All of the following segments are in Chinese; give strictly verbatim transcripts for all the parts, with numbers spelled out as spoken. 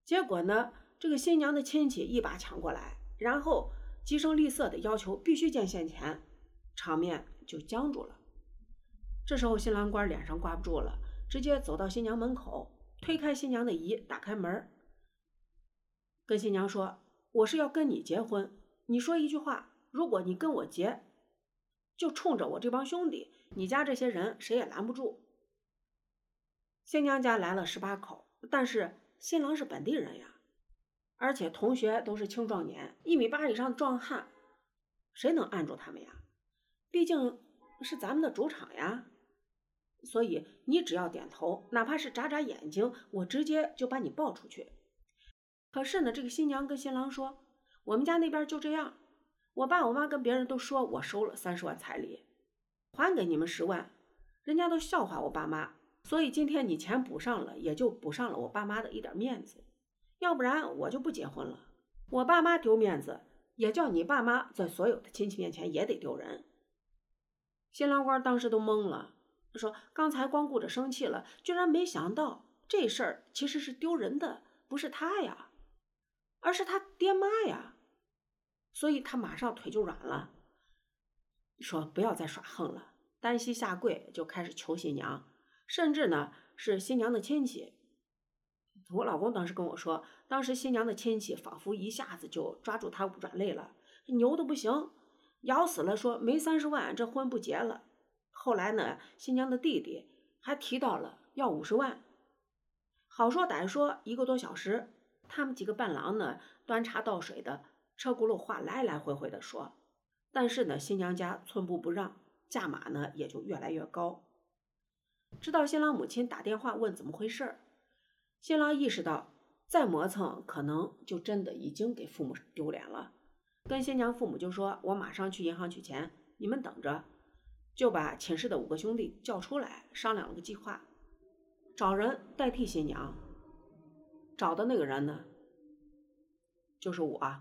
结果呢，这个新娘的亲戚一把抢过来，然后急声厉色的要求必须见现钱，场面就僵住了。这时候新郎官脸上挂不住了，直接走到新娘门口，推开新娘的姨，打开门，跟新娘说：我是要跟你结婚，你说一句话，如果你跟我结，就冲着我这帮兄弟，你家这些人谁也拦不住。新娘家来了十八口，但是新郎是本地人呀，而且同学都是青壮年，一米八以上的壮汉，谁能按住他们呀？毕竟是咱们的主场呀。所以你只要点头，哪怕是眨眨眼睛，我直接就把你抱出去。可是呢，这个新娘跟新郎说，我们家那边就这样，我爸我妈跟别人都说我收了三十万彩礼，还给你们十万，人家都笑话我爸妈，所以今天你钱补上了，也就补上了我爸妈的一点面子，要不然我就不结婚了。我爸妈丢面子，也叫你爸妈在所有的亲戚面前也得丢人。新郎官当时都懵了，说刚才光顾着生气了，居然没想到这事儿其实是丢人的，不是他呀，而是他爹妈呀。所以他马上腿就软了，说不要再耍横了，单膝下跪就开始求新娘，甚至呢是新娘的亲戚。我老公当时跟我说，当时新娘的亲戚仿佛一下子就抓住他软肋了，牛的不行，咬死了说没三十万这婚不结了。后来呢，新娘的弟弟还提到了要五十万。好说歹说一个多小时，他们几个伴郎呢端茶倒水的，车轱辘话来来回回的说，但是呢新娘家寸步不让，价码呢也就越来越高。直到新郎母亲打电话问怎么回事，新郎意识到再磨蹭可能就真的已经给父母丢脸了，跟新娘父母就说，我马上去银行取钱，你们等着，就把寝室的五个兄弟叫出来商量了个计划，找人代替新娘。找的那个人呢就是我。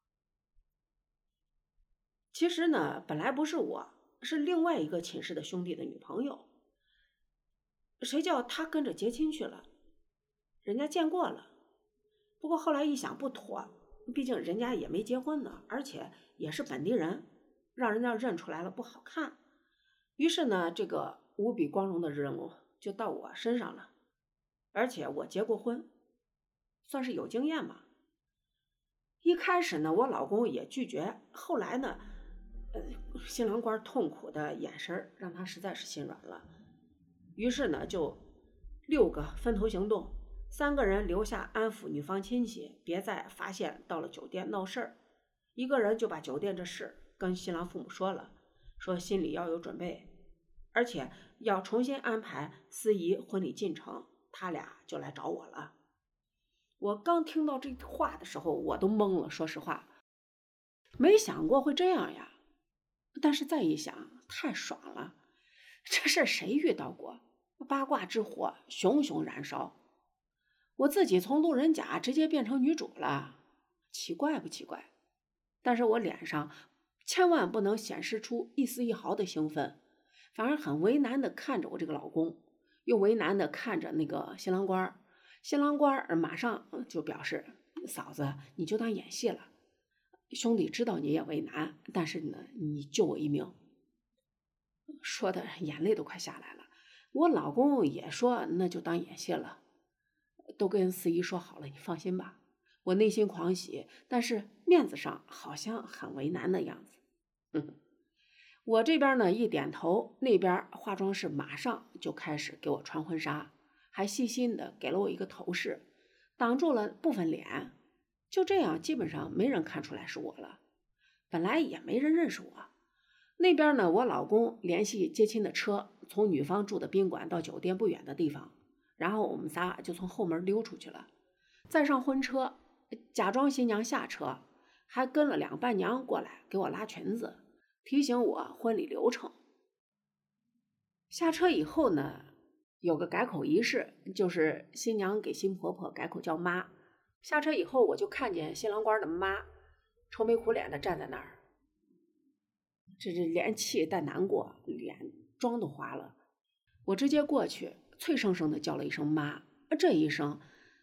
其实呢本来不是我，是另外一个寝室的兄弟的女朋友，谁叫他跟着结亲去了，人家见过了，不过后来一想不妥，毕竟人家也没结婚呢，而且也是本地人，让人家认出来了不好看。于是呢这个无比光荣的任务就到我身上了，而且我结过婚，算是有经验嘛。一开始呢我老公也拒绝，后来呢呃，新郎官痛苦的眼神让他实在是心软了，于是呢就六个分头行动，三个人留下安抚女方亲戚，别再发现到了酒店闹事儿，一个人就把酒店这事跟新郎父母说了，说心里要有准备，而且要重新安排司仪婚礼进程，他俩就来找我了。我刚听到这话的时候我都懵了，说实话没想过会这样呀，但是再一想太爽了，这事谁遇到过，八卦之火熊熊燃烧，我自己从路人甲直接变成女主了，奇怪不奇怪？但是我脸上千万不能显示出一丝一毫的兴奋，反而很为难的看着我这个老公，又为难的看着那个新郎官。新郎官马上就表示，嫂子你就当演戏了，兄弟知道你也为难，但是呢你救我一命。说的眼泪都快下来了。我老公也说那就当演戏了，都跟司仪说好了，你放心吧。我内心狂喜，但是面子上好像很为难的样子。嗯，我这边呢一点头，那边化妆师马上就开始给我穿婚纱，还细心的给了我一个头饰，挡住了部分脸，就这样基本上没人看出来是我了。本来也没人认识我。那边呢，我老公联系接亲的车，从女方住的宾馆到酒店不远的地方，然后我们仨就从后门溜出去了，再上婚车，假装新娘下车，还跟了两个伴娘过来给我拉裙子，提醒我婚礼流程。下车以后呢，有个改口仪式，就是新娘给新婆婆改口叫妈。下车以后，我就看见新郎官的妈愁眉苦脸的站在那儿，这是连气带难过，脸妆都花了。我直接过去，脆生生的叫了一声妈，这一声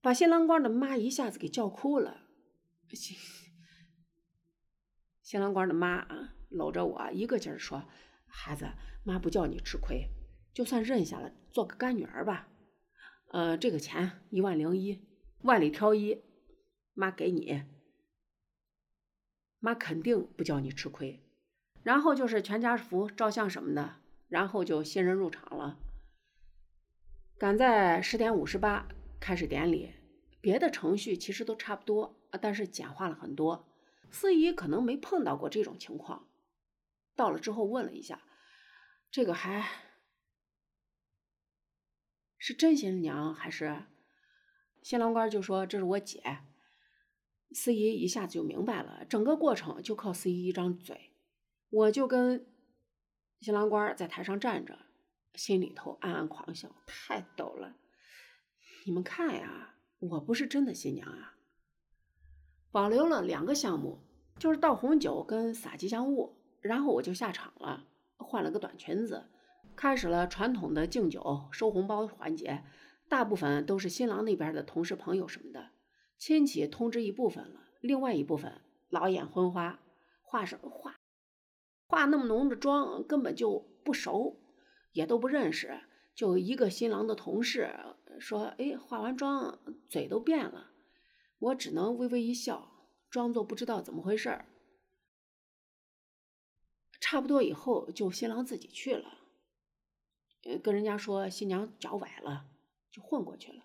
把新郎官的妈一下子给叫哭了。新新郎官的妈啊，搂着我一个劲儿说：“孩子，妈不叫你吃亏，就算认下了，做个干女儿吧。呃，这个钱一万零一，万里挑一，妈给你，妈肯定不叫你吃亏。”然后就是全家福、照相什么的，然后就新人入场了。赶在十点五十八开始典礼，别的程序其实都差不多，但是简化了很多。司仪可能没碰到过这种情况，到了之后问了一下，这个还是真新娘还是？新郎官就说这是我姐。司仪一下子就明白了，整个过程就靠司仪一张嘴。我就跟新郎官在台上站着，心里头暗暗狂笑，太逗了。你们看呀，我不是真的新娘啊。保留了两个项目，就是倒红酒跟撒吉祥物，然后我就下场了，换了个短裙子，开始了传统的敬酒收红包环节。大部分都是新郎那边的同事朋友什么的，亲戚通知一部分了，另外一部分老眼昏花，化什么化化那么浓的妆，根本就不熟，也都不认识。就一个新郎的同事说：“哎，化完妆嘴都变了。”我只能微微一笑，装作不知道怎么回事。差不多以后，就新郎自己去了，跟人家说新娘脚崴了，就混过去了。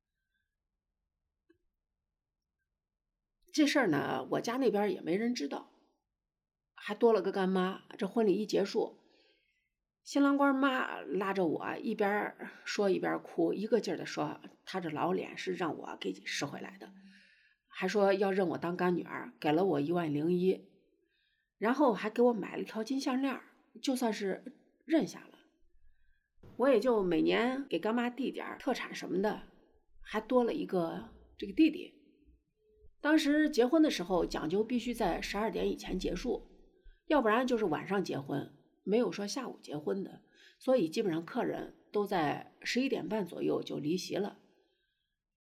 这事儿呢，我家那边也没人知道，还多了个干妈。这婚礼一结束，新郎官妈拉着我一边说一边哭，一个劲儿的说她这老脸是让我给拾回来的，还说要认我当干女儿，给了我一万零一，然后还给我买了条金项链，就算是认下了。我也就每年给干妈递点特产什么的，还多了一个这个弟弟。当时结婚的时候讲究必须在十二点以前结束，要不然就是晚上结婚，没有说下午结婚的，所以基本上客人都在十一点半左右就离席了。